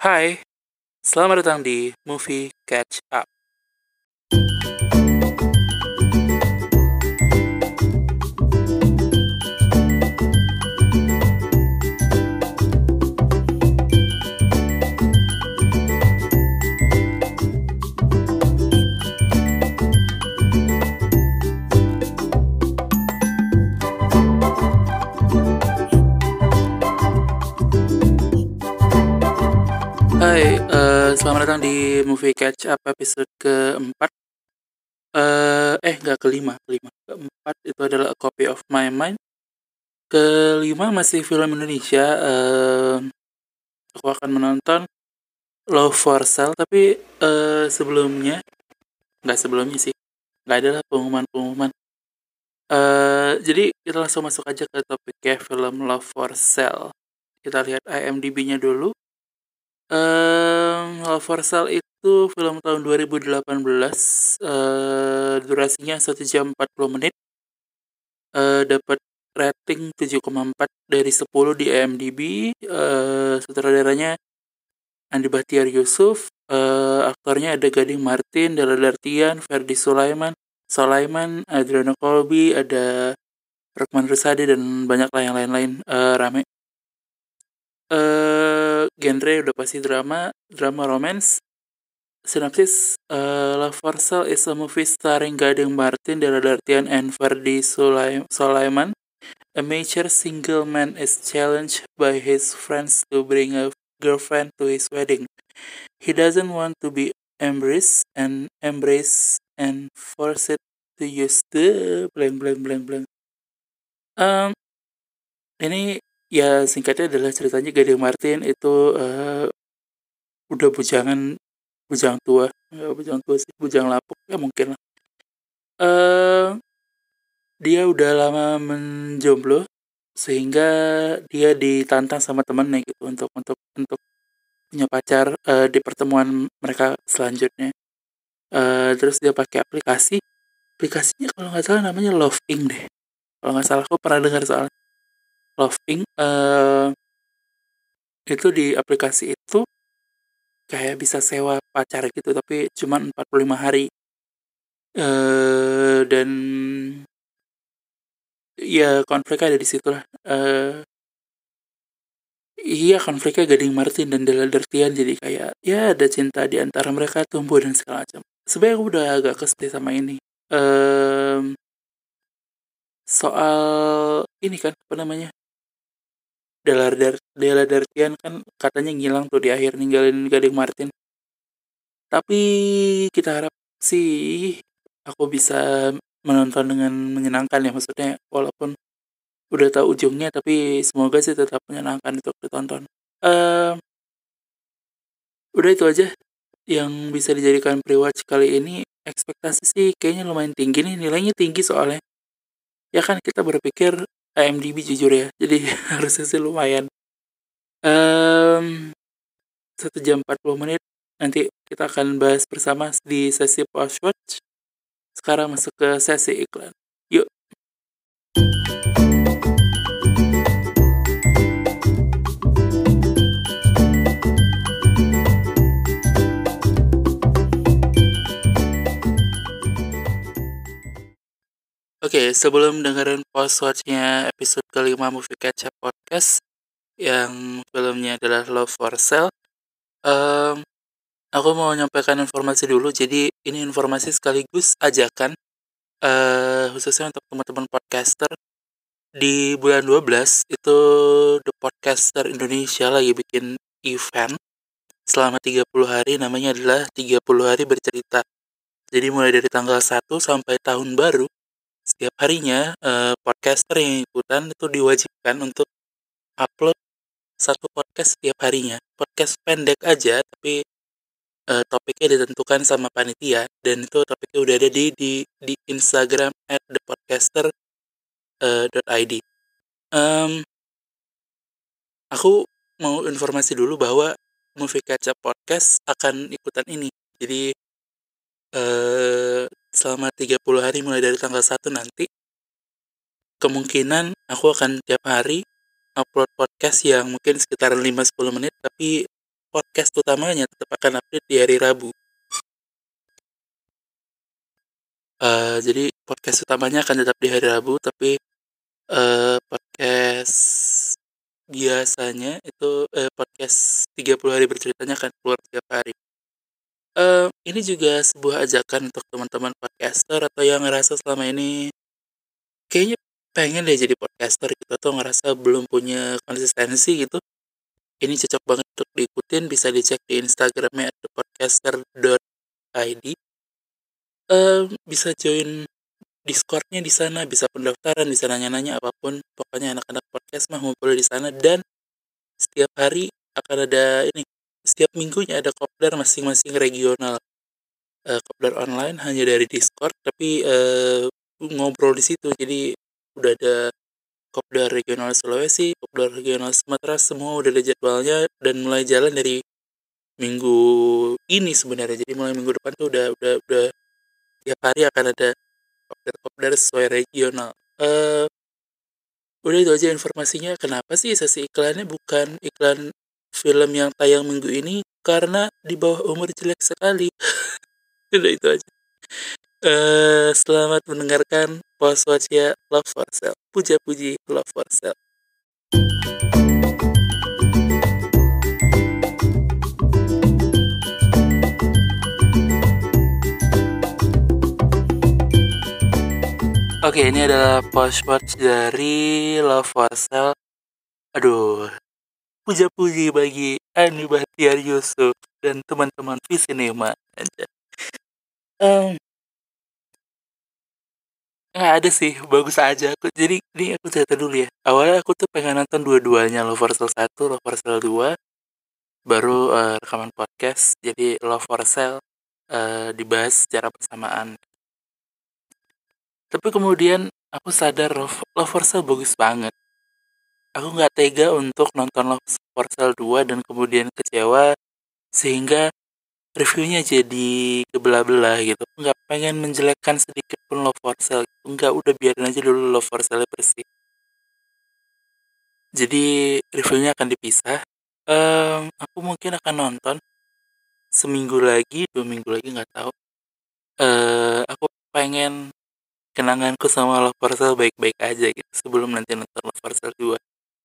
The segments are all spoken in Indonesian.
Hai, selamat datang di Movie Catch Up. Hai, selamat datang di Movie Catch Up episode keempat. Nggak kelima. Keempat itu adalah A Copy of My Mind. Kelima masih film Indonesia. Aku akan menonton Love for Sale, tapi nggak sebelumnya sih. Nggak ada lah pengumuman. Jadi kita langsung masuk aja ke topiknya film Love for Sale. Kita lihat IMDb-nya dulu. Love for Sale itu film tahun 2018, durasinya 1 jam 40 menit, dapat rating 7,4 dari 10 di IMDb. Sutradaranya Andi Bahtiar Yusuf, aktornya ada Gading Martin, Della Dartian, Ferdi Sulaiman, Adriano Colby, ada Rukman Rusadi, dan banyak lah yang lain-lain. Rame. Genre udah pasti drama romance. Sinopsis, Love for Sale is a movie starring Gading Martin, Della Dartian, and Ferdi Sulaiman. A mature single man is challenged by his friends to bring a girlfriend to his wedding. He doesn't want to be embraced and forced to use the blank. Ini ya singkatnya adalah ceritanya Gading Martin itu udah bujang tua, nggak bujang tua sih, bujang lapuk ya mungkin lah. Dia udah lama menjomblo sehingga dia ditantang sama temennya gitu untuk punya pacar di pertemuan mereka selanjutnya. Terus dia pakai aplikasinya kalau nggak salah namanya Love Inc deh. Kalau nggak salah, aku pernah dengar soal Love Inc. Itu di aplikasi itu kayak bisa sewa pacar gitu, tapi cuma 45 hari. Dan ya konfliknya ada di situ lah. Iya, konfliknya Gading Martin dan Della Dartian, jadi kayak ya ada cinta di antara mereka tumbuh dan segala macam. Sebenarnya aku udah agak kesel sama ini. Soal ini kan apa namanya? Della Dartian kan katanya ngilang tuh di akhir, ninggalin Gading Martin. Tapi kita harap sih aku bisa menonton dengan menyenangkan ya, maksudnya walaupun udah tahu ujungnya, tapi semoga sih tetap menyenangkan untuk ditonton. Udah itu aja yang bisa dijadikan pre-watch kali ini. Ekspektasi sih kayaknya lumayan tinggi nih, nilainya tinggi soalnya. Ya kan kita berpikir IMDb jujur ya, jadi harusnya sih lumayan. 1 jam 40 menit. Nanti kita akan bahas bersama di sesi post-watch. Sekarang masuk ke sesi iklan. Yuk. Oke, sebelum dengerin post-watch-nya episode kelima Movie Catch Up Podcast, yang filmnya adalah Love for Sale, aku mau nyampaikan informasi dulu. Jadi ini informasi sekaligus ajakan, khususnya untuk teman-teman podcaster. Di bulan 12 itu The Podcaster Indonesia lagi bikin event selama 30 hari, namanya adalah 30 hari bercerita. Jadi mulai dari tanggal 1 sampai tahun baru, setiap harinya podcaster yang ikutan itu diwajibkan untuk upload satu podcast setiap harinya. Podcast pendek aja, tapi topiknya ditentukan sama panitia, dan itu topiknya udah ada di Instagram @thepodcaster.id. Aku mau informasi dulu bahwa Movie Catch Up Podcast akan ikutan ini. Jadi selama 30 hari mulai dari tanggal 1 nanti, kemungkinan aku akan tiap hari upload podcast yang mungkin sekitar 5-10 menit, tapi podcast utamanya tetap akan update di hari Rabu. Jadi podcast utamanya akan tetap di hari Rabu, tapi podcast biasanya itu podcast 30 hari berceritanya akan keluar tiap hari. Ini juga sebuah ajakan untuk teman-teman podcaster atau yang ngerasa selama ini kayaknya pengen deh jadi podcaster gitu atau ngerasa belum punya konsistensi gitu. Ini cocok banget untuk diikutin, bisa dicek di Instagramnya @thepodcaster.id. Bisa join Discordnya di sana, bisa pendaftaran, bisa nanya-nanya apapun. Pokoknya anak-anak podcast mah ngumpul di sana dan setiap hari akan ada ini. Setiap minggunya ada kopdar masing-masing regional. Kopdar online hanya dari Discord, tapi ngobrol di situ. Jadi udah ada kopdar regional Sulawesi, kopdar regional Sumatera, semua udah ada jadwalnya dan mulai jalan dari minggu ini sebenarnya. Jadi mulai minggu depan tuh udah tiap hari akan ada kopdar sesuai regional. Udah itu aja informasinya. Kenapa sih sesi iklannya bukan iklan film yang tayang minggu ini? Karena di bawah umur jelek sekali. Udah itu aja. Selamat mendengarkan Post Watch ya Love for Sale. Puja-puji Love for Sale. Oke, ini adalah Post Watch dari Love for Sale. Aduh, puja-puji bagi Ani Bahtiar Yusuf dan teman-teman Visinema. Nggak ada sih, bagus aja. Jadi ini aku cerita dulu ya. Awalnya aku tuh pengen nonton dua-duanya, Love for Sale 1, Love for Sale 2. Baru rekaman podcast, jadi Love for Sale dibahas secara bersamaan. Tapi kemudian aku sadar Love for Sale bagus banget. Aku nggak tega untuk nonton Love for Sale 2 dan kemudian kecewa sehingga reviewnya jadi kebelah-belah gitu. Nggak pengen menjelekkan sedikit pun Love for Sale. Nggak, udah biarin aja dulu Love for Sale bersih. Jadi reviewnya akan dipisah. Aku mungkin akan nonton seminggu lagi, 2 minggu lagi nggak tahu. Aku pengen kenanganku sama Love for Sale baik-baik aja gitu sebelum nanti nonton Love for Sale 2.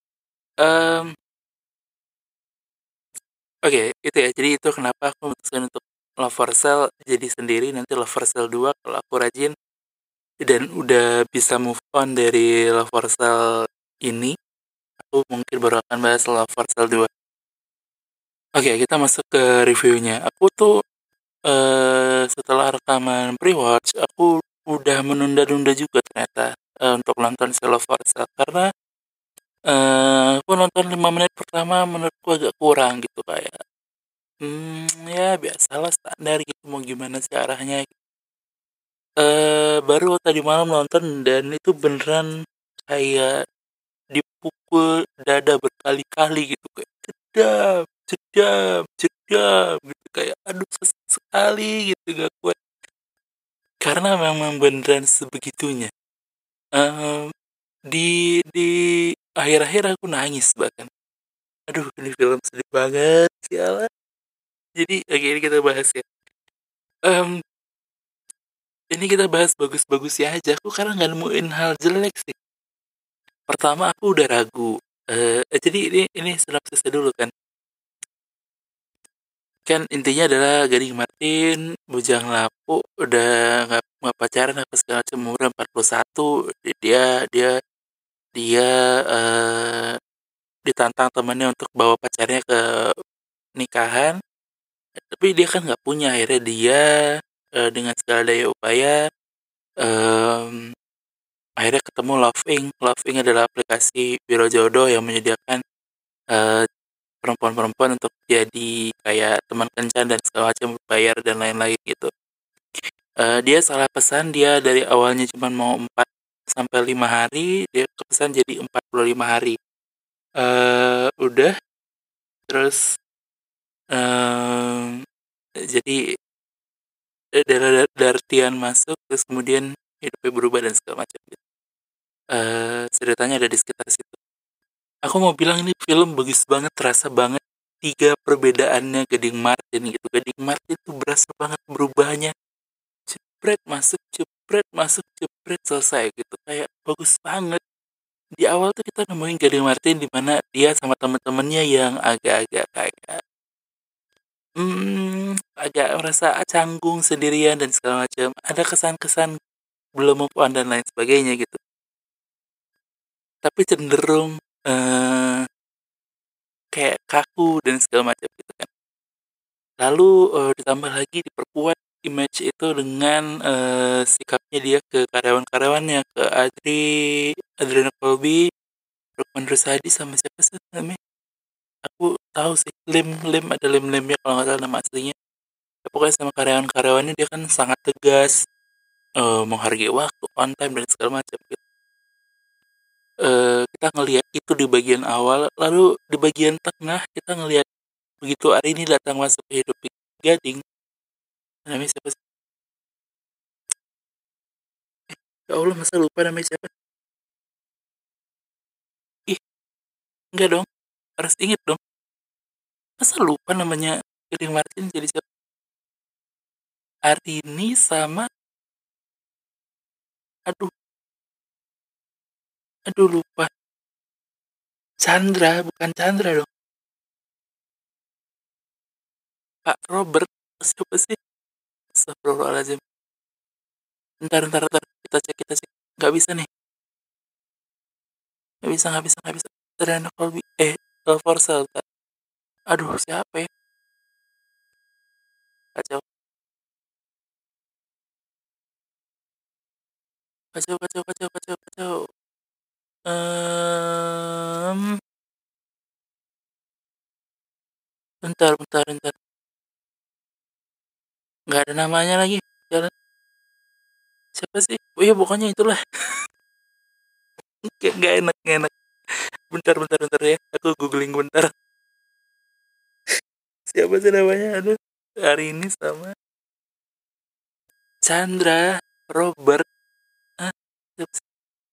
Oke, itu ya. Jadi itu kenapa aku memutuskan untuk Love for Sale jadi sendiri, nanti Love for Sale 2 kalau aku rajin dan udah bisa move on dari Love for Sale ini, aku mungkin baru akan bahas Love for Sale 2. Oke, kita masuk ke reviewnya. Aku tuh setelah rekaman pre-watch, aku udah menunda-nunda juga ternyata untuk nonton Love for Sale karena aku nonton 5 menit pertama menurutku agak kurang gitu, kayak ya biasalah standar gitu, mau gimana sih arahnya. Baru tadi malam nonton dan itu beneran kayak dipukul dada berkali-kali gitu, kayak jedam jedam jedam gitu, kayak aduh sekali gitu, gak kuat karena memang beneran sebegitunya. Di akhir-akhir aku nangis bahkan. Aduh, ini film sedih banget sialan. Jadi oke, ini kita bahas ya. Ini kita bahas bagus-bagusnya aja. Aku karena nggak nemuin hal jelek sih. Pertama aku udah ragu. Jadi ini sinopsisnya dulu kan. Kan intinya adalah Gading Martin, bujang lapuk, udah nggak pacaran apa segala macam, umur 41. Dia ditantang temannya untuk bawa pacarnya ke nikahan, tapi dia kan nggak punya. Akhirnya dia dengan segala daya upaya akhirnya ketemu Loving. Loving adalah aplikasi biro jodoh yang menyediakan perempuan-perempuan untuk jadi kayak teman kencan dan segala macam, bayar dan lain-lain gitu. Dia salah pesan, dia dari awalnya cuma mau 4 sampai 5 hari, dia kepesan jadi 45 hari. Udah, terus jadi Dartian masuk, terus kemudian hidupnya berubah dan segala macam gitu. Ceritanya ada di sekitar situ. Aku mau bilang ini film bagus banget, terasa banget tiga perbedaannya Gading Martin gitu. Gading Martin tuh berasa banget berubahnya, jepret masuk jepret selesai gitu, kayak bagus banget. Di awal tuh kita nemuin Gading Martin di mana dia sama temen-temennya yang agak-agak kayak agak merasa canggung sendirian dan segala macam, ada kesan-kesan belum move on dan lain sebagainya gitu, tapi cenderung kayak kaku dan segala macam gitu kan. Lalu ditambah lagi diperkuat image itu dengan sikapnya dia ke karyawan-karyawannya, ke Adriana Colby, Lukman Rusadi, sama siapa sih namanya? Aku tahu sih, Lim ada Limnya kalau nggak salah nama aslinya. Ya, pokoknya sama karyawan-karyawannya dia kan sangat tegas, menghargai waktu, on time dan segala macam gitu. Kita ngelihat itu di bagian awal, lalu di bagian tengah kita ngelihat begitu hari ini datang masuk ke hidup Gading, namanya siapa sih? Ya Allah, masa lupa namanya siapa? Ih, enggak dong, harus inget dong. Masa lupa namanya Gading Martin jadi siapa? Arini sama, aduh, lupa. Chandra, bukan Chandra dong. Pak Robert, siapa sih? Astagfirullahaladzim. Ntar, kita cek. Nggak bisa nih, nggak bisa. Adriana Colby, Forsell. Aduh, siapa ya? Kacau, kacau. Ehm, bentar. Nggak ada namanya lagi. Jalan. Siapa sih? Oh iya, pokoknya itulah. Kayak nggak enak. Bentar ya. Aku googling bentar. Siapa sih namanya? Aduh. Hari ini sama Chandra, Robert. Ah, siapa sih?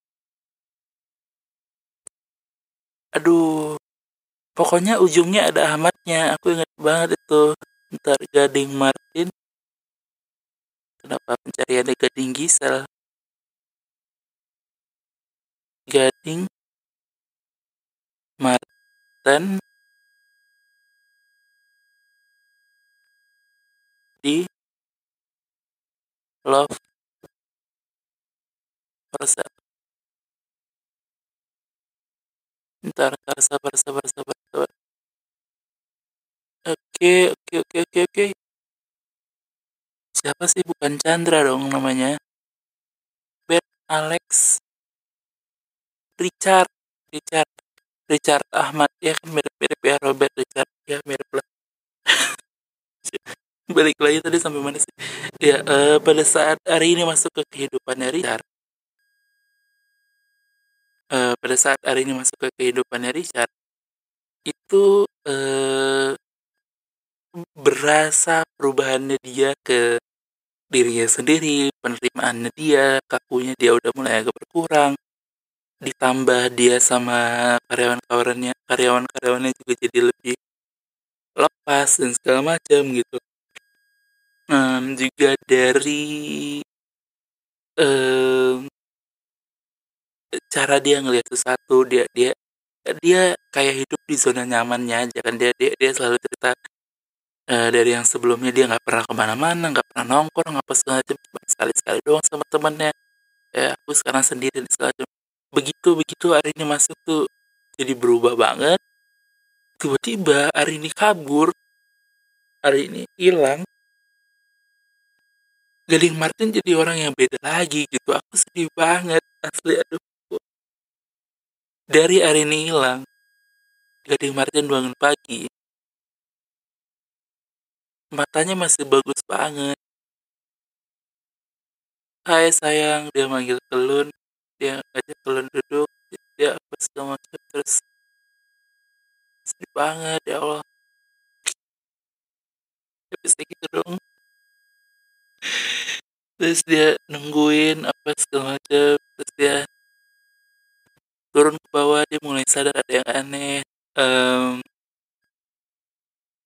Aduh. Pokoknya ujungnya ada Ahmadnya. Aku ingat banget itu. Bentar, Gading Martin. Kenapa pencariannya Gading Gisel? Gading Martin di Love Person. Ntar, sabar. Oke. Siapa sih? Bukan Chandra dong namanya. Bert Alex Richard. Richard. Richard Ahmad. Ya kan mirip-mirip ya, Robert Richard. Ya mirip lah. Balik lagi tadi sampai mana sih? Ya, pada saat hari ini masuk ke kehidupannya Richard. Pada saat hari ini masuk ke kehidupannya Richard, itu berasa perubahannya dia ke dirinya sendiri, penerimaannya dia, kakunya dia udah mulai agak berkurang, ditambah dia sama karyawan-karyawannya juga jadi lebih lepas dan segala macam gitu. Juga dari em, cara dia ngelihat sesuatu, dia kayak hidup di zona nyamannya aja kan. Dia selalu cerita, dari yang sebelumnya dia nggak pernah kemana-mana, nggak pernah nongkrong apa segala macam, cuma sekali-sekali doang sama temennya. Ya aku sekarang sendiri dan segala macam. Begitu hari ini masuk tuh jadi berubah banget. Tiba-tiba hari ini kabur, hari ini hilang. Gading Martin jadi orang yang beda lagi gitu. Aku sedih banget asli, aduh. Dari hari ini hilang, Gading Martin bangun pagi, matanya masih bagus banget. Hai sayang, dia manggil Kelun, dia ngajak Kelun duduk, dia apa segala macam, terus sedih banget, ya Allah. Ya bisa gitu dong. Terus dia nungguin apa segala macam, terus dia turun ke bawah, dia mulai sadar ada yang aneh.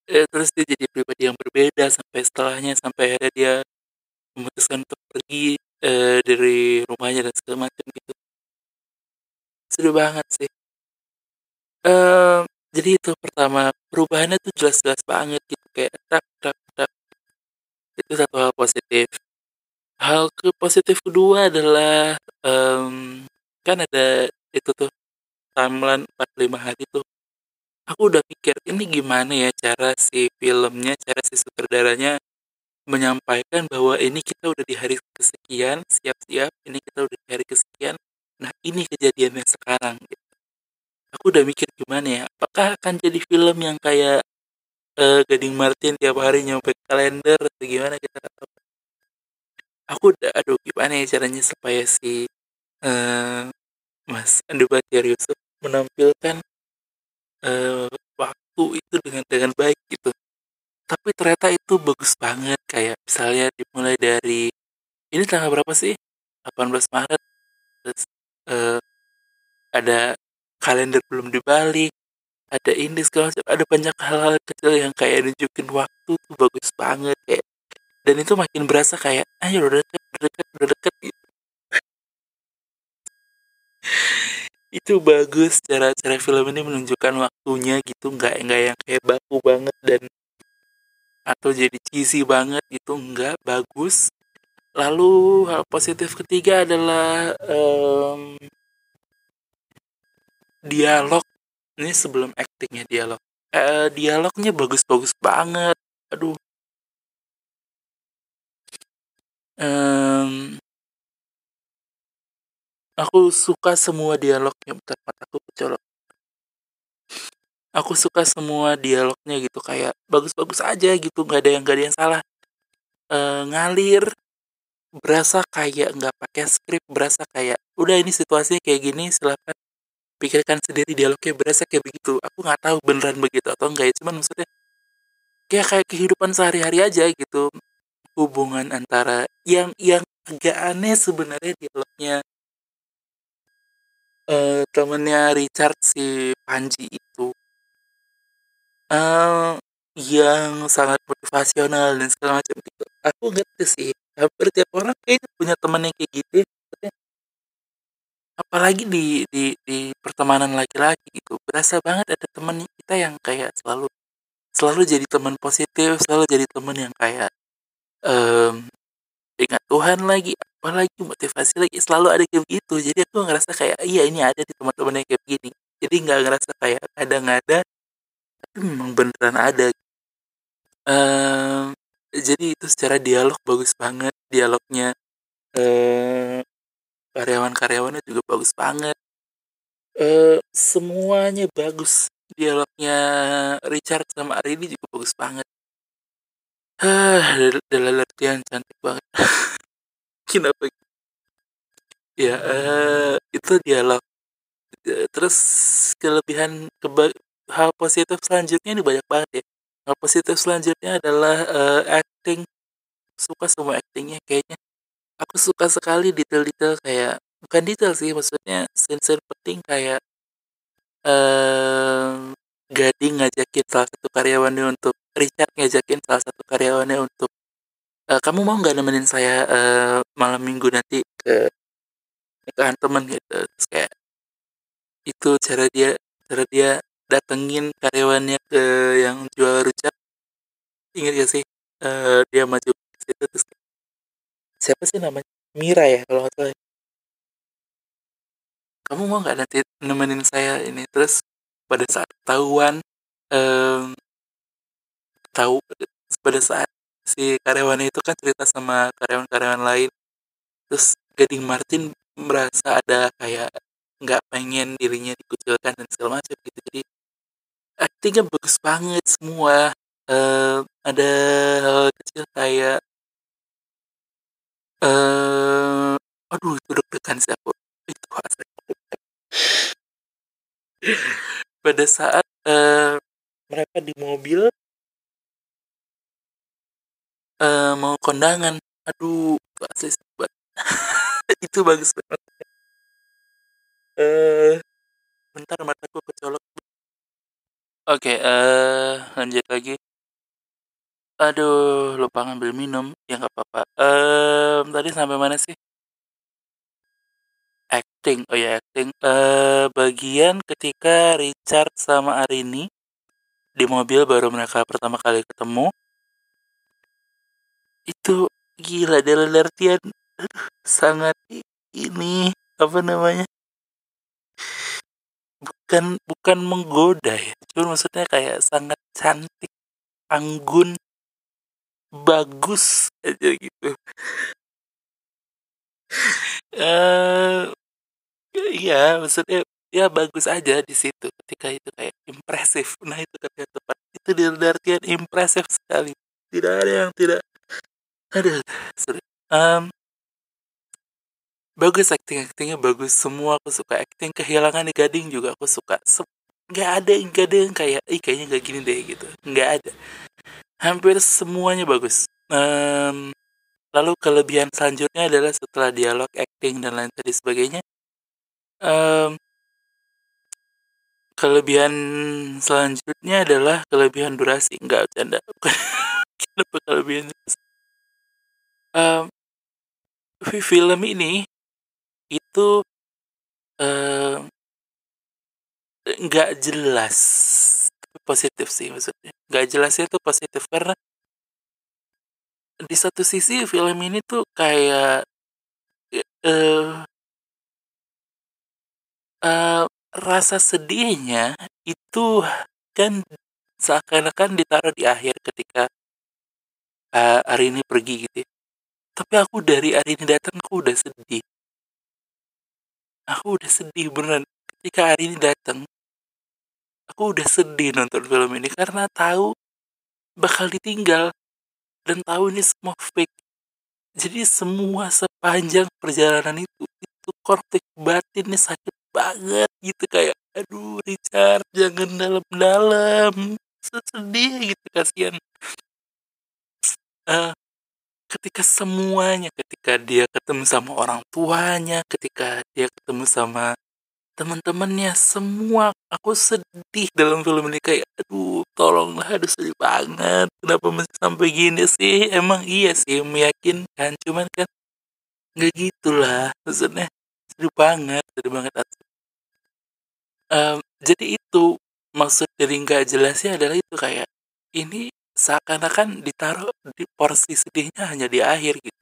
terus dia jadi pribadi yang berbeda sampai setelahnya, sampai akhirnya dia memutuskan untuk pergi dari rumahnya dan segala macam gitu. Seru banget sih. Eee, jadi itu pertama, perubahannya tuh jelas-jelas banget gitu, kayak tak tak tak, itu satu hal positif. Hal positif kedua adalah, kan ada itu tuh timeline 45 hari tuh. Aku udah pikir, ini gimana ya cara si filmnya, cara si sutradaranya menyampaikan bahwa ini kita udah di hari kesekian, siap-siap, ini kita udah di hari kesekian, nah ini kejadiannya sekarang gitu. Aku udah mikir gimana ya, apakah akan jadi film yang kayak Gading Martin tiap hari nyampe kalender atau gimana kita nggak tahu. Aku udah aduh gimana ya caranya supaya si eh, Mas Andi Bahtiar Yusuf menampilkan waktu itu dengan baik gitu. Tapi ternyata itu bagus banget kayak misalnya dimulai dari ini tanggal berapa sih? 18 Maret terus eh, ada kalender belum dibalik, ada ini segala macam, ada banyak hal-hal kecil yang kayak nunjukin waktu tuh bagus banget kayak dan itu makin berasa kayak ayo udah deket udah deket udah deket gitu. Itu bagus cara-cara film ini menunjukkan waktunya gitu nggak yang kayak baku banget dan atau jadi cheesy banget gitu nggak bagus. Lalu hal positif ketiga adalah dialog. Ini sebelum aktingnya dialog. Dialognya bagus-bagus banget. Aduh, em, aku suka semua dialognya. Bentar, mataku kecolok. Aku suka semua dialognya gitu kayak bagus-bagus aja gitu, nggak ada yang salah. Ngalir, berasa kayak nggak pakai skrip, berasa kayak udah ini situasinya kayak gini, silakan pikirkan sendiri dialognya berasa kayak begitu. Aku nggak tahu beneran begitu atau enggak ya, cuman maksudnya kayak kehidupan sehari-hari aja gitu. Hubungan antara yang agak aneh sebenarnya dialognya temennya Richard si Panji itu eh yang sangat motivasional dan segala macam gitu. Aku ngerti sih, hampir tiap orang kayaknya punya teman yang kayak gitu ya. Maksudnya, apalagi di pertemanan laki-laki gitu. Berasa banget ada teman kita yang kayak selalu selalu jadi teman positif, selalu jadi teman yang kayak em, ingat Tuhan lagi, apalagi motivasi lagi, selalu ada kayak gitu. Jadi aku ngerasa kayak iya ini ada di teman-teman yang kayak begini. Jadi nggak ngerasa kayak ada, tapi memang beneran ada. Jadi itu secara dialog bagus banget, dialognya karyawan-karyawannya juga bagus banget. Semuanya bagus. Dialognya Richard sama Arini juga bagus banget. Dalam artian cantik banget. Kenapa? Ya, itu dialog. Terus kelebihan hal positif selanjutnya ini banyak banget ya. Hal positif selanjutnya adalah acting. Suka semua actingnya kayaknya. Aku suka sekali detail-detail kayak bukan detail sih, maksudnya scene-scene penting kayak eh Gading ngajakin salah satu karyawannya untuk Richard ngajakin salah satu karyawannya untuk kamu mau nggak nemenin saya malam minggu nanti ke nikahan temen gitu. Terus kayak itu cara dia datengin karyawannya ke yang jual rujak, ingat gak sih? Dia maju ke situ terus kayak, siapa sih namanya, Mira ya kalau nggak salah, kamu mau nggak nanti nemenin saya ini. Terus pada saat ketahuan em, tahu pada saat si karyawannya itu kan cerita sama karyawan-karyawan lain, terus Gading Martin merasa ada kayak nggak pengen dirinya dikucilkan dan segala macam gitu. Jadi aktingnya bagus banget semua. Ada hal kecil kayak aduh itu deg-degan sih aku. Itu asli. Pada saat mereka di mobil mau kondangan, aduh itu asli seru banget. Itu bagus banget. Eh bentar mataku kecolok. Oke, lanjut lagi. Aduh, lupa ngambil minum. Ya nggak apa-apa. Tadi sampai mana sih? Acting. Oh ya, acting. Bagian ketika Richard sama Arini di mobil baru mereka pertama kali ketemu, itu gila dalam artian sangat ini apa namanya? Bukan menggoda ya. Cuma maksudnya kayak sangat cantik, anggun, bagus aja gitu. Eh iya, maksudnya ya bagus aja di situ ketika itu kayak impresif. Nah, itu kata yang tepat. Itu dalam artian impresif sekali. Tidak ada yang tidak ada. Sorry. Bagus actingnya bagus semua aku suka acting kehilangan di Gading juga aku suka nggak ada yang kayak kayaknya nggak gini deh gitu nggak ada hampir semuanya bagus. Lalu kelebihan selanjutnya adalah setelah dialog acting dan lain tadi sebagainya. em, Kelebihan selanjutnya adalah kelebihan durasi nggak bercanda bukan kenapa kelebihan durasi. Em, Film ini itu em, nggak jelas positif sih maksudnya nggak jelasnya tuh positif karena di satu sisi film ini tuh kayak eh eh, rasa sedihnya itu kan seakan-akan ditaruh di akhir ketika Arini pergi gitu ya. Tapi aku dari Arini datang aku udah sedih beneran ketika Arini datang aku udah sedih nonton film ini karena tahu bakal ditinggal dan tahu ini semua fake. Jadi semua sepanjang perjalanan itu konflik batinnya sakit banget gitu kayak aduh Richard jangan dalam-dalam sedih gitu kasihan. Eh, Ketika semuanya ketika dia ketemu sama orang tuanya ketika dia ketemu sama teman-temannya semua aku sedih dalam film ini kayak aduh tolonglah aduh sedih banget kenapa masih sampai gini sih emang iya sih meyakinkan cuman kan nggak gitulah maksudnya sedih banget jadi itu maksud dari nggak jelasnya adalah itu kayak ini seakan-akan ditaruh di porsi sedihnya hanya di akhir gitu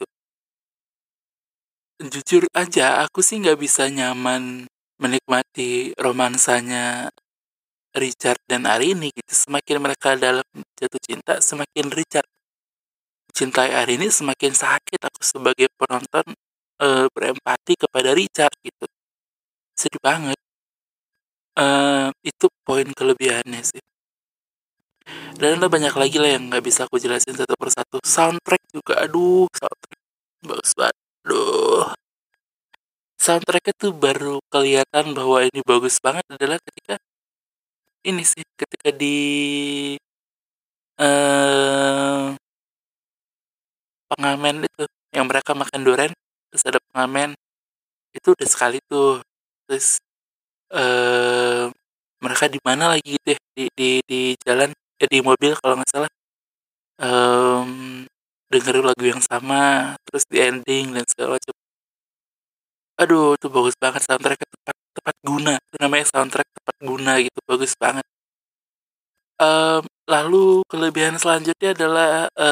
jujur aja aku sih nggak bisa nyaman menikmati romansanya Richard dan Arini gitu semakin mereka dalam jatuh cinta semakin Richard cintai Arini semakin sakit aku sebagai penonton berempati kepada Richard gitu sedih banget. Itu poin kelebihannya sih. Dan ada banyak lagi lah yang nggak bisa aku jelasin satu persatu. Soundtrack juga, aduh, soundtrack bagus banget. Aduh, soundtracknya tuh baru kelihatan bahwa ini bagus banget adalah ketika ini sih, ketika di eh pengamen itu, yang mereka makan durian, terus ada pengamen, itu udah sekali tuh. Terus eh mereka di mana lagi gitu ya, di jalan, di mobil kalau nggak salah dengerin lagu yang sama terus di ending dan segala macam aduh itu bagus banget soundtracknya tepat tepat guna itu namanya soundtrack tepat guna gitu bagus banget. Lalu kelebihan selanjutnya adalah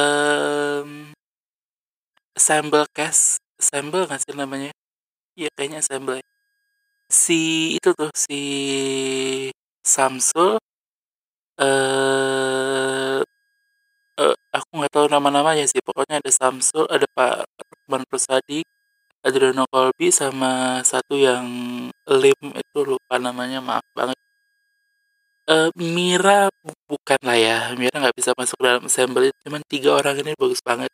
ensemble cast ensemble nggak sih namanya iya kayaknya ensemble ya. Si itu tuh si Samsul eh aku nggak tahu nama-namanya sih pokoknya ada Samsul ada Pak Rukman Rusadi Adriano Colby sama satu yang Lim itu lupa namanya maaf banget. Mira bukan lah ya Mira nggak bisa masuk dalam ensemble itu cuman tiga orang ini bagus banget.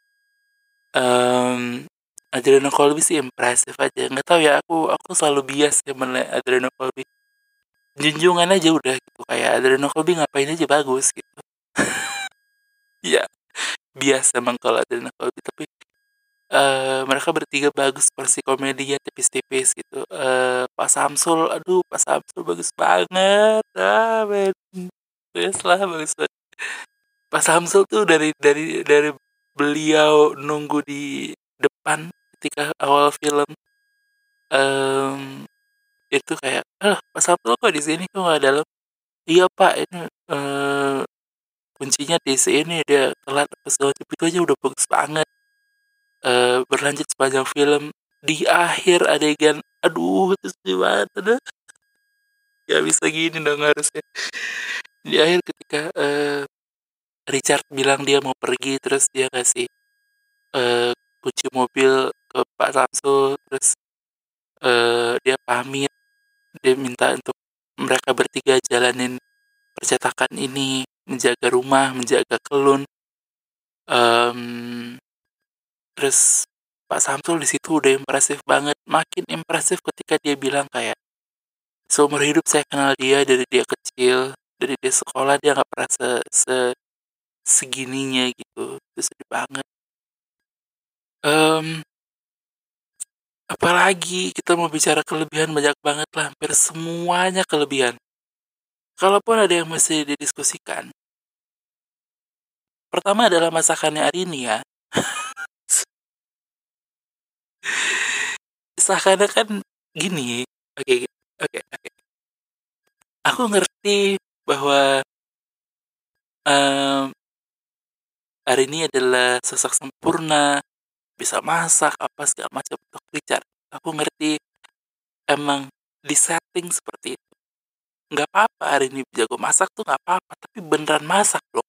Adriano Colby sih impresif aja nggak tahu ya aku selalu bias ya menilai Adriano Colby junjungan aja udah gitu kayak Adriano Colby ngapain aja bagus gitu ya biasa emang kalau Adriano Colby tapi mereka bertiga bagus versi komedinya tipis-tipis gitu. Pak Samsul, aduh Pak Samsul bagus banget. Men. Bagus lah, bagus banget. Pak Samsul tuh dari beliau nunggu di depan ketika awal film, em, itu kayak, Pak Samsul kok di sini kok nggak dalam? Iya Pak, ini kuncinya di sini, dia telat apa segala macam. Itu aja udah bagus banget. Berlanjut sepanjang film, di akhir adegan, aduh itu sedih banget, aduh nggak bisa gini dong harusnya. Di akhir ketika Richard bilang dia mau pergi, terus dia kasih kunci mobil ke Pak Samsul, terus dia pamit, dia minta untuk mereka bertiga jalanin percetakan ini, menjaga rumah, menjaga kelun. Em, terus Pak Samsul di situ udah impresif banget, makin impresif ketika dia bilang kayak, seumur hidup saya kenal dia dari dia kecil, dari dia sekolah dia nggak pernah segininya gitu. Itu sedih banget. Em, Apalagi kita mau bicara kelebihan, banyak banget lah, hampir semuanya kelebihan. Kalaupun ada yang masih didiskusikan, pertama adalah masakannya Arini ya. Masakannya kan gini, oke, oke, oke. Aku ngerti bahwa em, Arini adalah sosok sempurna, bisa masak apa segala macam untuk Richard. Aku ngerti, emang di setting seperti itu. Nggak apa-apa Arini jago masak tuh nggak apa-apa, tapi beneran masak loh.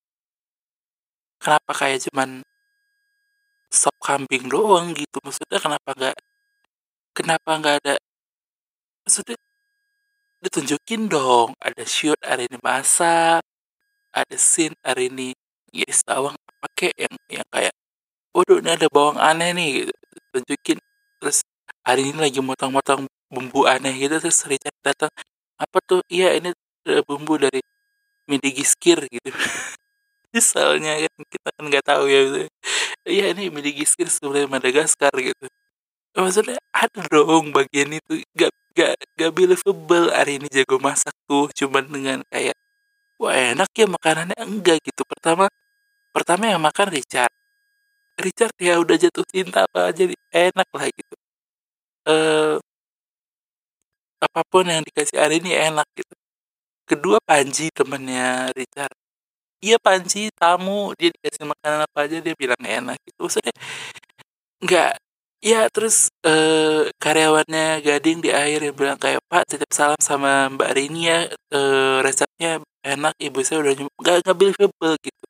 Kenapa kayak cuman sop kambing doang gitu? Maksudnya kenapa nggak ada, maksudnya ditunjukin dong, ada shoot hari ini masak, ada scene hari ini ngiris bawang pakai yang kayak, waduh ini ada bawang aneh nih gitu. Tunjukin, terus hari ini lagi motong-motong bumbu aneh gitu, terus Richard datang, apa tuh, iya ini bumbu dari midi giskir gitu. Misalnya kan kita kan nggak tahu ya gitu. Iya ini midi giskir sebenarnya Madagaskar gitu. Maksudnya ada dong bagian itu, gak believable hari ini jago masak tuh cuman dengan kayak, wah enak ya makanannya, enggak gitu. Pertama pertama yang makan Richard. Richard ya udah jatuh cinta apa jadi enak lah gitu. eh Apapun yang dikasih hari ini enak gitu. Kedua Panji temennya Richard. Iya Panji tamu, dia dikasih makanan apa aja dia bilang enak gitu. Maksudnya nggak, ya terus karyawannya Gading di akhir yang bilang kayak, Pak titip salam sama Mbak Rini ya, resepnya enak, ibu saya udah nggak believable gitu.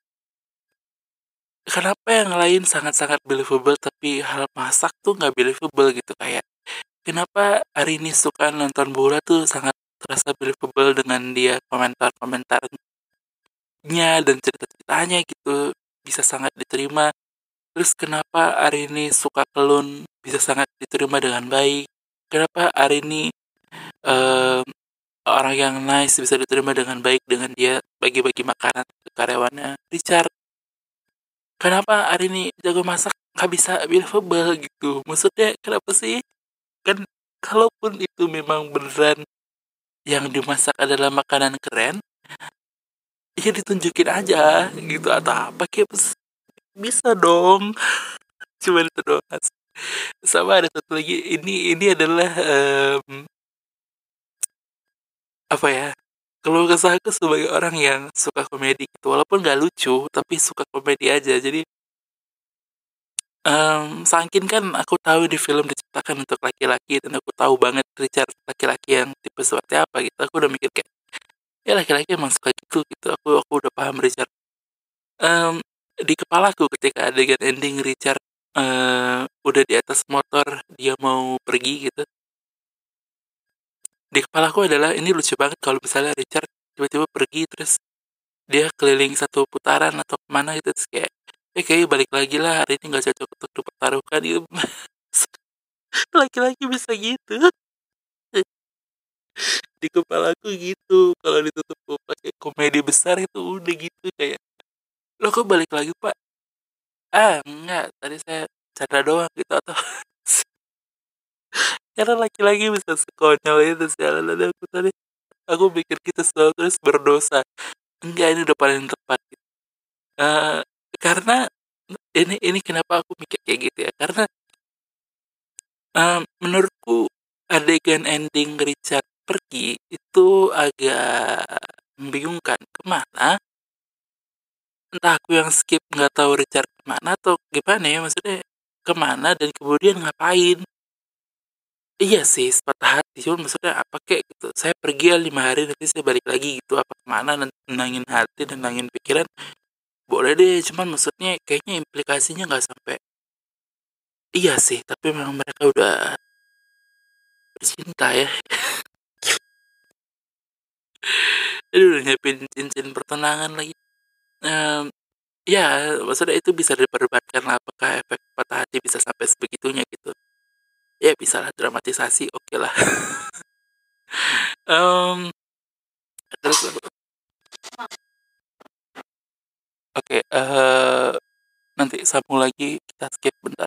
Kenapa yang lain sangat-sangat believable tapi hal masak tuh nggak believable gitu, kayak kenapa Arini suka nonton bola tuh sangat terasa believable dengan dia komentar-komentarnya dan cerita-ceritanya gitu, bisa sangat diterima. Terus kenapa Arini suka kelun bisa sangat diterima dengan baik. Kenapa Arini em, orang yang nice bisa diterima dengan baik dengan dia bagi-bagi makanan ke karyawannya Richard. Kenapa Arini jago masak nggak bisa believable gitu. Maksudnya kenapa sih? Kan kalaupun itu memang beneran yang dimasak adalah makanan keren, ya ditunjukin aja gitu atau apa kayak bisa dong. Cuma itu doang. Sama ada satu lagi, ini adalah apa ya, kalau kesah aku sebagai orang yang suka komedi gitu, walaupun nggak lucu tapi suka komedi aja. Jadi saking kan aku tahu di film diciptakan untuk laki-laki dan aku tahu banget Richard laki-laki yang tipe seperti apa gitu, aku udah mikir kayak, ya laki-laki emang suka gitu gitu. Aku udah paham Richard. Em, di kepalaku ketika adegan ending Richard udah di atas motor, dia mau pergi gitu, di kepalaku adalah ini lucu banget kalau misalnya Richard tiba-tiba pergi terus dia keliling satu putaran atau kemana gitu, terus kayak, kayaknya balik lagi lah, hari ini nggak cocok untuk dipertaruhkan gitu. Laki-laki bisa gitu. Di kepalaku gitu, kalau ditutup pakai komedi besar itu udah gitu kayak, lo kok balik lagi Pak? Enggak, tadi saya canda doang gitu, atau karena laki-laki bisa sekonyol itu sih. Aku tadi aku pikir kita selalu terus berdosa, enggak ini udah paling tepat gitu. Eh, karena ini kenapa aku mikir kayak gitu ya, karena menurutku adegan ending Richard pergi itu agak membingungkan. Kemana? Entah aku yang skip nggak tahu Richard kemana atau gimana ya, maksudnya kemana dan kemudian ngapain. Iya sih, sepatah hati, cuman maksudnya apa kayak gitu, saya pergi ya 5 hari nanti saya balik lagi gitu, apa kemana nenangin hati, nenangin pikiran, boleh deh, cuman maksudnya kayaknya implikasinya nggak sampai iya sih, tapi memang mereka udah bercinta ya. Aduh, udah nyiapin cincin pertunangan lagi. Mmm, ya maksudnya itu bisa diperdebatkan lah, apakah efek patah hati bisa sampai sebegitunya gitu. Ya bisalah dramatisasi, okelah. Mmm, terus oke, nanti sambung lagi, kita skip bentar.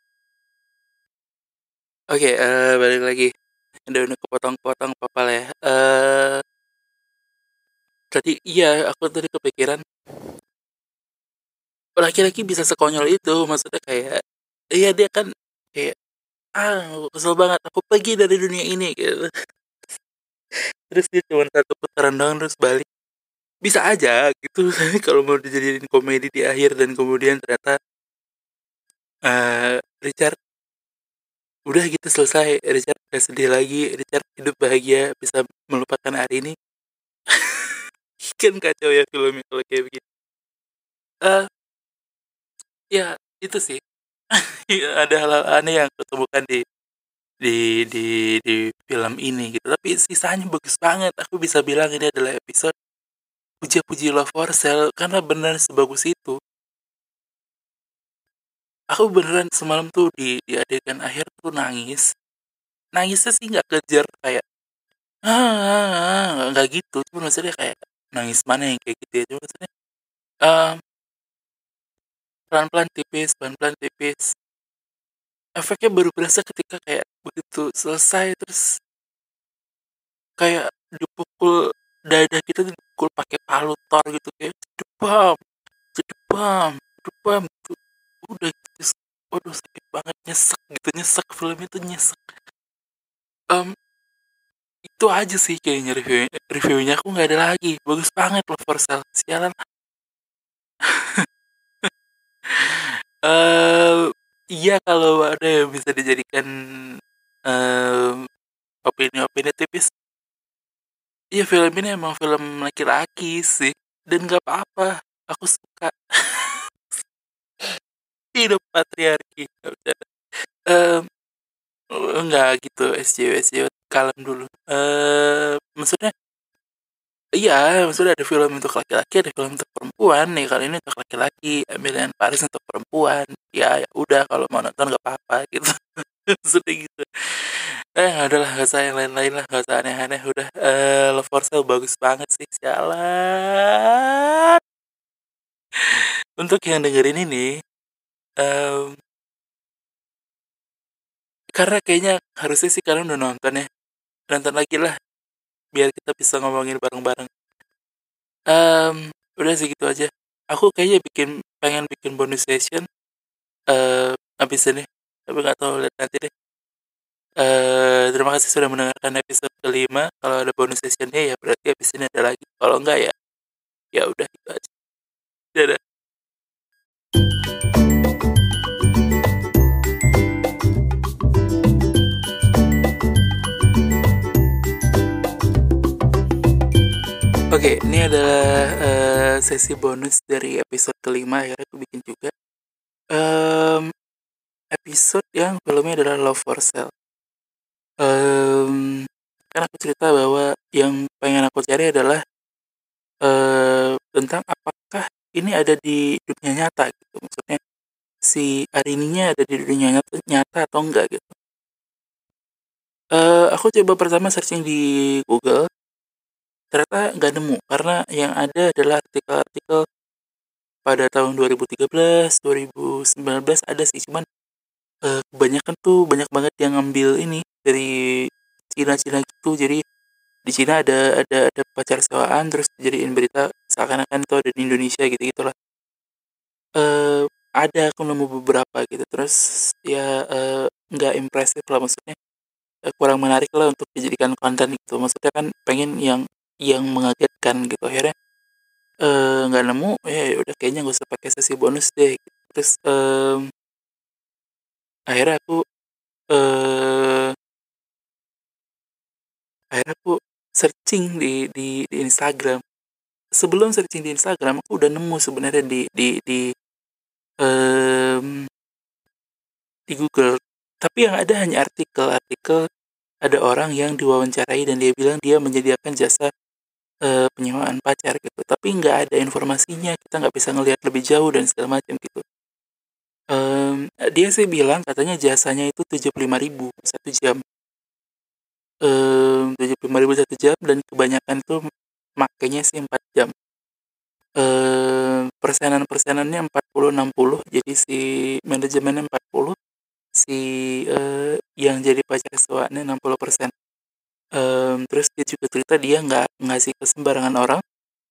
Oke, balik lagi. Udah kepotong-potong apa lah ya. Tadi iya, aku tadi kepikiran laki-laki bisa sekonyol itu, maksudnya kayak iya dia kan kayak kesel banget aku pergi dari dunia ini gitu. Terus dia cuma satu putaran doang terus balik. Bisa aja gitu kalau mau dijadiin komedi di akhir dan kemudian ternyata Richard udah gitu selesai, Richard gak sedih lagi, Richard hidup bahagia bisa melupakan hari ini. Kan kacau ya filmnya kalau kayak begitu. eh ya itu sih. Iya, ada hal-hal aneh yang aku temukan di di di film ini gitu, tapi sisanya bagus banget. Aku bisa bilang ini adalah episode puja-puji Love for Sale karena benar sebagus itu. Aku beneran semalam tuh di adegan akhir tuh nangis. Nangisnya sih nggak kejer kayak nggak gitu. Cuma maksudnya kayak nangis mana yang kayak gitu ya. Cuma maksudnya em, pelan-pelan tipis, pelan-pelan tipis. Efeknya baru berasa ketika kayak begitu selesai terus kayak dipukul, dada kita dipukul pakai palu Thor gitu, kayak jedebam, jedebam, jedebam gitu. Udah gitu, waduh sakit banget, nyesek gitu, nyesek, film itu nyesek. Em, itu aja sih kayaknya reviewnya aku nggak ada lagi. Bagus banget loh for Sale, sialan. eh iya kalau ada yang bisa dijadikan em, opini-opini tipis. Iya, film ini emang film laki-laki sih, dan nggak apa-apa. Aku suka. Hidup patriarki. Nggak bercanda. Em, enggak gitu, SJW SJW kalem dulu. Maksudnya iya, maksudnya ada film untuk laki-laki, ada film untuk perempuan nih. Kali ini untuk laki-laki, Emilian Paris untuk perempuan. Ya, ya udah kalau mau nonton nggak apa-apa gitu. Maksudnya gitu. Nggak ada lah, nggak usah yang lain-lain lah, nggak usah aneh-aneh. Udah, Love for Sale bagus banget sih, sialan. Untuk yang dengerin ini, em, karena kayaknya harusnya sih kalian udah nonton ya. Nonton lagi lah, biar kita bisa ngomongin bareng-bareng. Em, udah segitu aja. Aku kayaknya pengen bikin bonus session eh abis ini. Tapi nggak tahu, lihat nanti deh. Terima kasih sudah mendengarkan episode kelima. Kalau ada bonus sessionnya ya berarti abis ini ada lagi. Kalau enggak ya, ya udah gitu aja. Dadah. Oke, ini adalah sesi bonus dari episode kelima. Akhirnya aku bikin juga. Em, Episode yang filmnya adalah Love for Sale. Kan aku cerita bahwa yang pengen aku cari adalah tentang apakah ini ada di dunia nyata gitu. Maksudnya si Arininya ada di dunia nyata atau enggak gitu. Aku coba pertama searching di Google, ternyata nggak nemu karena yang ada adalah artikel-artikel pada tahun 2013, 2019 ada sih, cuman kebanyakan tuh banyak banget yang ngambil ini dari Cina-Cina gitu. Jadi di Cina ada pacar sewaan terus dijadiin berita seakan-akan itu ada di Indonesia gitu gitulah. ada aku nemu beberapa gitu, terus ya nggak impresif lah, maksudnya kurang menarik lah untuk dijadikan konten gitu, maksudnya kan pengen yang mengagetkan gitu. Akhirnya nggak nemu, ya udah kayaknya nggak usah pakai sesi bonus deh gitu. Terus akhirnya aku eh akhirnya aku searching di Instagram. Sebelum searching di Instagram aku udah nemu sebenarnya em, di Google, tapi yang ada hanya artikel-artikel ada orang yang diwawancarai dan dia bilang dia menyediakan jasa penyewaan pacar gitu, tapi nggak ada informasinya, kita nggak bisa ngelihat lebih jauh dan segala macam gitu. Dia sih bilang katanya jasanya itu 75.000 satu jam, 75.000 satu jam, dan kebanyakan tuh makanya sih 4 jam. Persenannya 40-60, jadi si manajemennya 40, si yang jadi pacar sewaannya 60%. Terus dia juga cerita dia nggak ngasih ke sembarangan orang.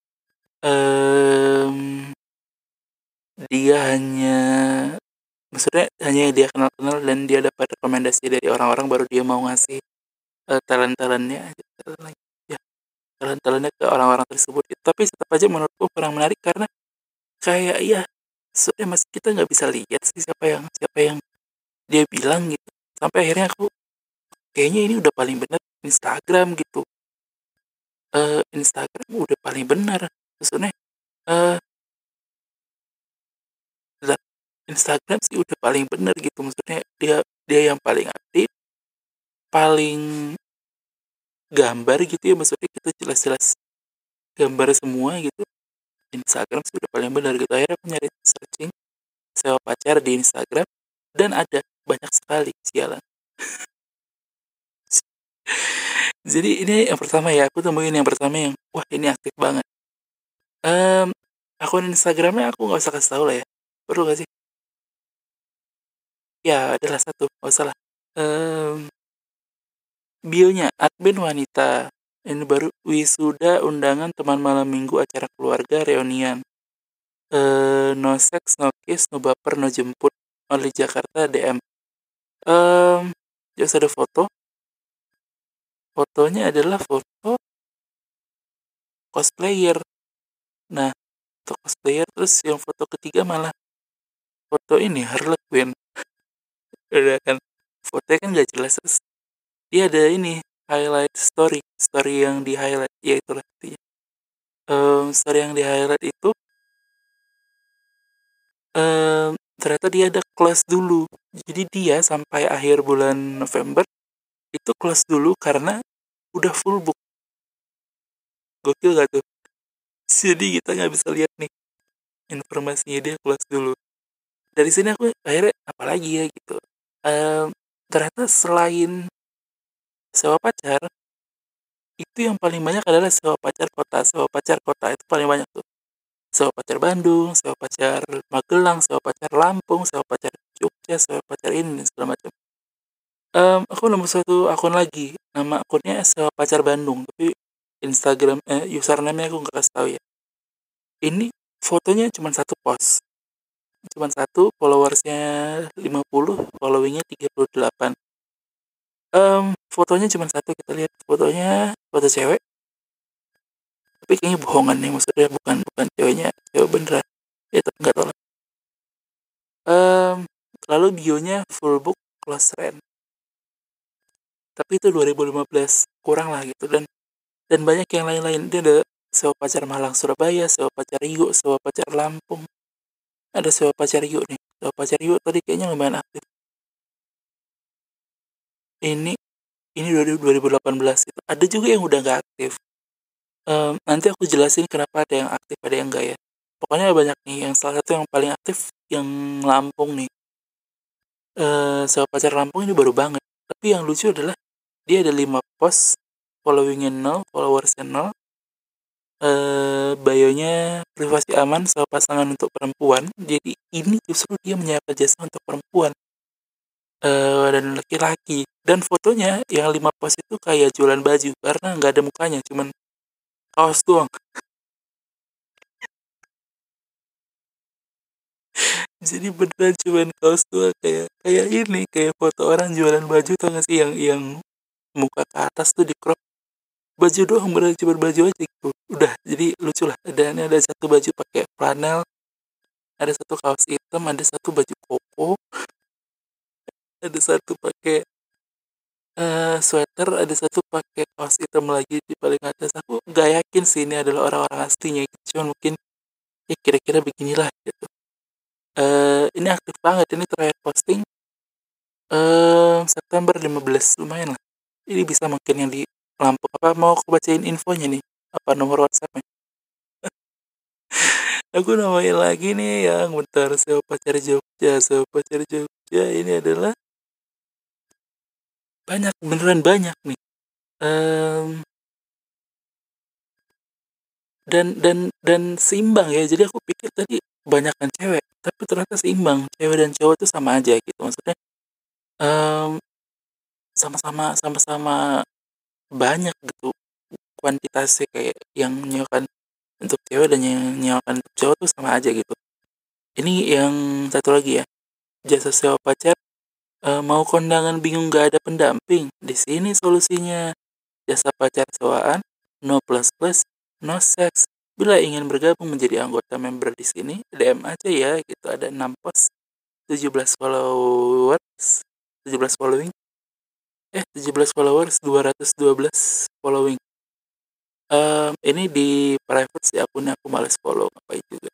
Em, Dia maksudnya hanya yang dia kenal-kenal dan dia dapat rekomendasi dari orang-orang, baru dia mau ngasih talent-talentnya ya, talent-talentnya ke orang-orang tersebut. Tapi tetap aja menurutku kurang menarik karena kayak ya sebenarnya mas kita nggak bisa lihat sih siapa yang dia bilang gitu. Sampai akhirnya aku kayaknya ini udah paling benar Instagram gitu. Instagram udah paling benar, maksudnya eh lah, Instagram sih udah paling benar gitu, maksudnya dia dia yang paling aktif, paling gambar gitu ya, maksudnya kita jelas-jelas gambar semua gitu. Instagram sih udah paling benar gitu. Akhirnya aku nyari searching sewa pacar di Instagram dan ada banyak sekali, sialan. Jadi ini yang pertama ya, aku temuin yang pertama yang wah ini aktif banget. Em, Akun Instagramnya aku nggak usah kasih tahu lah ya, perlu gak sih? Ya adalah satu, nggak usah lah. Em, Bionya admin wanita, ini baru wisuda undangan teman malam minggu acara keluarga reunian. No sex, no kiss, no baper, no jemput, only Jakarta DM. Terus ada fotonya adalah foto cosplayer. Nah, foto cosplayer, terus yang foto ketiga malah foto ini Harley Quinn. Udah kan, fotonya kan gak jelas, terus dia ada ini highlight story yang di highlight, ya itulah intinya. Story yang di highlight itu ternyata dia ada kelas dulu. Jadi dia sampai akhir bulan November itu kelas dulu karena udah full book. Gokil gak tuh? Jadi kita nggak bisa lihat nih informasinya dia kelas dulu. Dari sini aku akhirnya apalagi ya gitu. Ternyata selain sewa pacar, itu yang paling banyak adalah sewa pacar kota. Sewa pacar kota itu paling banyak tuh. Sewa pacar Bandung, sewa pacar Magelang, sewa pacar Lampung, sewa pacar Jogja, sewa pacar ini dan segala macam. Aku nemu satu akun lagi, nama akunnya sewa pacar Bandung, tapi Instagram username-nya aku nggak kasih tahu ya. Ini fotonya cuma satu post, cuma satu, followersnya 50, followingnya 38. Fotonya cuma satu, kita lihat fotonya, foto cewek, tapi kayaknya bohongan nih, maksudnya bukan bukan ceweknya, cewek beneran. Ya tapi nggak tahu lah. Lalu bionya full book close friend, tapi itu 2015, kurang lah gitu. Dan banyak yang lain-lain, dia ada sewa pacar Malang Surabaya, sewa pacar Rio, sewa pacar Lampung, ada sewa pacar Rio nih. Sewa pacar Rio tadi kayaknya lumayan aktif. ini ini 2018 itu ada juga yang udah nggak aktif. Nanti aku jelasin kenapa ada yang aktif ada yang enggak ya. Pokoknya banyak nih, yang salah satu yang paling aktif yang Lampung nih. Sewa pacar Lampung ini baru banget, tapi yang lucu adalah dia ada 5 post, followingnya 0, followersnya 0, bio-nya privasi aman, sewa pasangan untuk perempuan. Jadi ini justru dia menyiapkan jasa untuk perempuan dan laki-laki. Dan fotonya yang 5 post itu kayak jualan baju karena nggak ada mukanya, cuman kaos doang. Jadi beneran cuman kaos tua kayak kayak ini, kayak foto orang jualan baju tau gak sih yang muka ke atas tuh di crop. Baju doang, beneran cuma baju aja gitu. Udah, jadi lucu lah. Ada satu baju pakai flanel, ada satu kaos hitam, ada satu baju koko, ada satu pakai sweater, ada satu pakai kaos hitam lagi di paling atas. Aku nggak yakin sih ini adalah orang-orang aslinya gitu. Cuman mungkin ya kira-kira beginilah gitu. Ini aktif banget, ini terakhir posting September 15, lumayan lah. Ini bisa mungkin yang di lampu apa, mau aku bacain infonya nih, apa nomor WhatsApp-nya. Aku namain lagi nih yang bentar, Sewa Pacar Jogja. Sewa Pacar Jogja ini adalah banyak, beneran banyak nih. Em, dan seimbang ya. Jadi aku pikir tadi banyakkan cewek, tapi ternyata seimbang. Cewek dan cowok tuh sama aja gitu. Maksudnya em, sama-sama banyak gitu kuantitasnya, kayak yang nyewakan untuk cewek dan yang nyewakan untuk cowok tuh sama aja gitu. Ini yang satu lagi ya, jasa sewa pacar. Mau kondangan bingung gak ada pendamping? Di sini solusinya. Jasa pacar sewaan, no plus plus, no sex. Bila ingin bergabung menjadi anggota member di sini, DM aja ya. Gitu ada 6 post, 17 followers, 17 following, 17 followers, 212 following. Ini di private sih akunnya, aku males follow ngapain juga.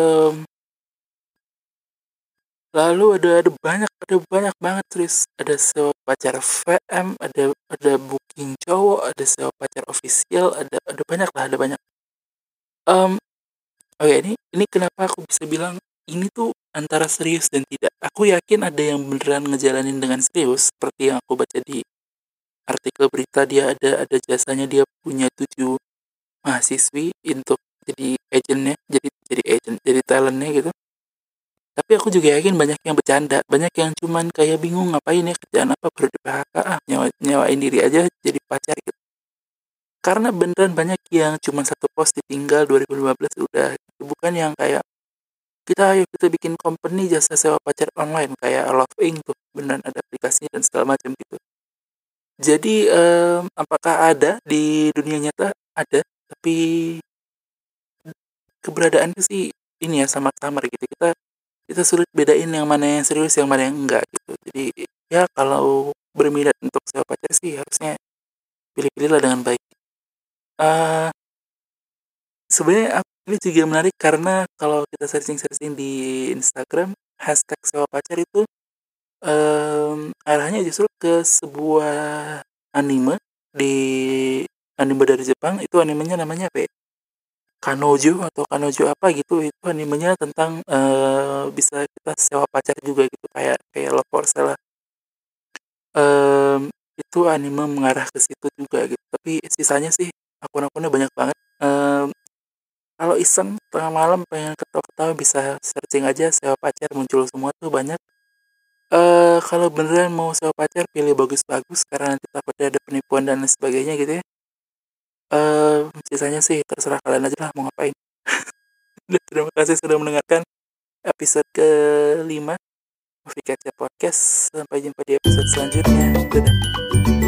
Lalu ada banyak banget terus. Ada sewa pacar VM, ada booking cowok, ada sewa pacar official, ada banyak lah, ada banyak. Um, Oke, ini kenapa aku bisa bilang ini tuh antara serius dan tidak. Aku yakin ada yang beneran ngejalanin dengan serius, seperti yang aku baca di artikel berita. Dia ada jasanya, dia punya 7 mahasiswi untuk jadi agentnya, jadi agent, jadi talentnya gitu. Tapi aku juga yakin banyak yang bercanda, banyak yang cuman kayak bingung ngapain ya, kerjaan apa, baru di PHK, nyawain diri aja jadi pacar gitu. Karena beneran banyak yang cuma satu post ditinggal 2015 udah gitu. Bukan yang kayak ayo kita bikin company jasa sewa pacar online kayak Love Inc tuh, beneran ada aplikasinya dan segala macam gitu. Jadi apakah ada di dunia nyata? Ada, tapi keberadaannya sih ini ya samar-samar gitu. Kita sulit bedain yang mana yang serius, yang mana yang enggak gitu. Jadi ya kalau berminat untuk sewa pacar sih harusnya pilih-pilihlah dengan baik. eh Sebenarnya ini juga menarik karena kalau kita searching-searching di Instagram, hashtag sewa pacar itu arahnya justru ke sebuah anime di anime dari Jepang. Itu animenya namanya apa ya? Kanojo atau Kanojo apa gitu. Itu animenya tentang bisa kita sewa pacar juga gitu, kayak kayak Love for Sale lah. Itu anime mengarah ke situ juga gitu. Tapi sisanya sih akun-akunnya banyak banget. Kalau iseng tengah malam pengen ketawa-ketawa bisa searching aja sewa pacar, muncul semua tuh banyak. Kalau beneran mau sewa pacar pilih bagus-bagus karena nanti takutnya ada penipuan dan lain sebagainya gitu ya. Sisanya sih terserah kalian aja lah mau ngapain. Dan terima kasih sudah mendengarkan episode ke-5 Movie Kaca Podcast. Sampai jumpa di episode selanjutnya. Dadah.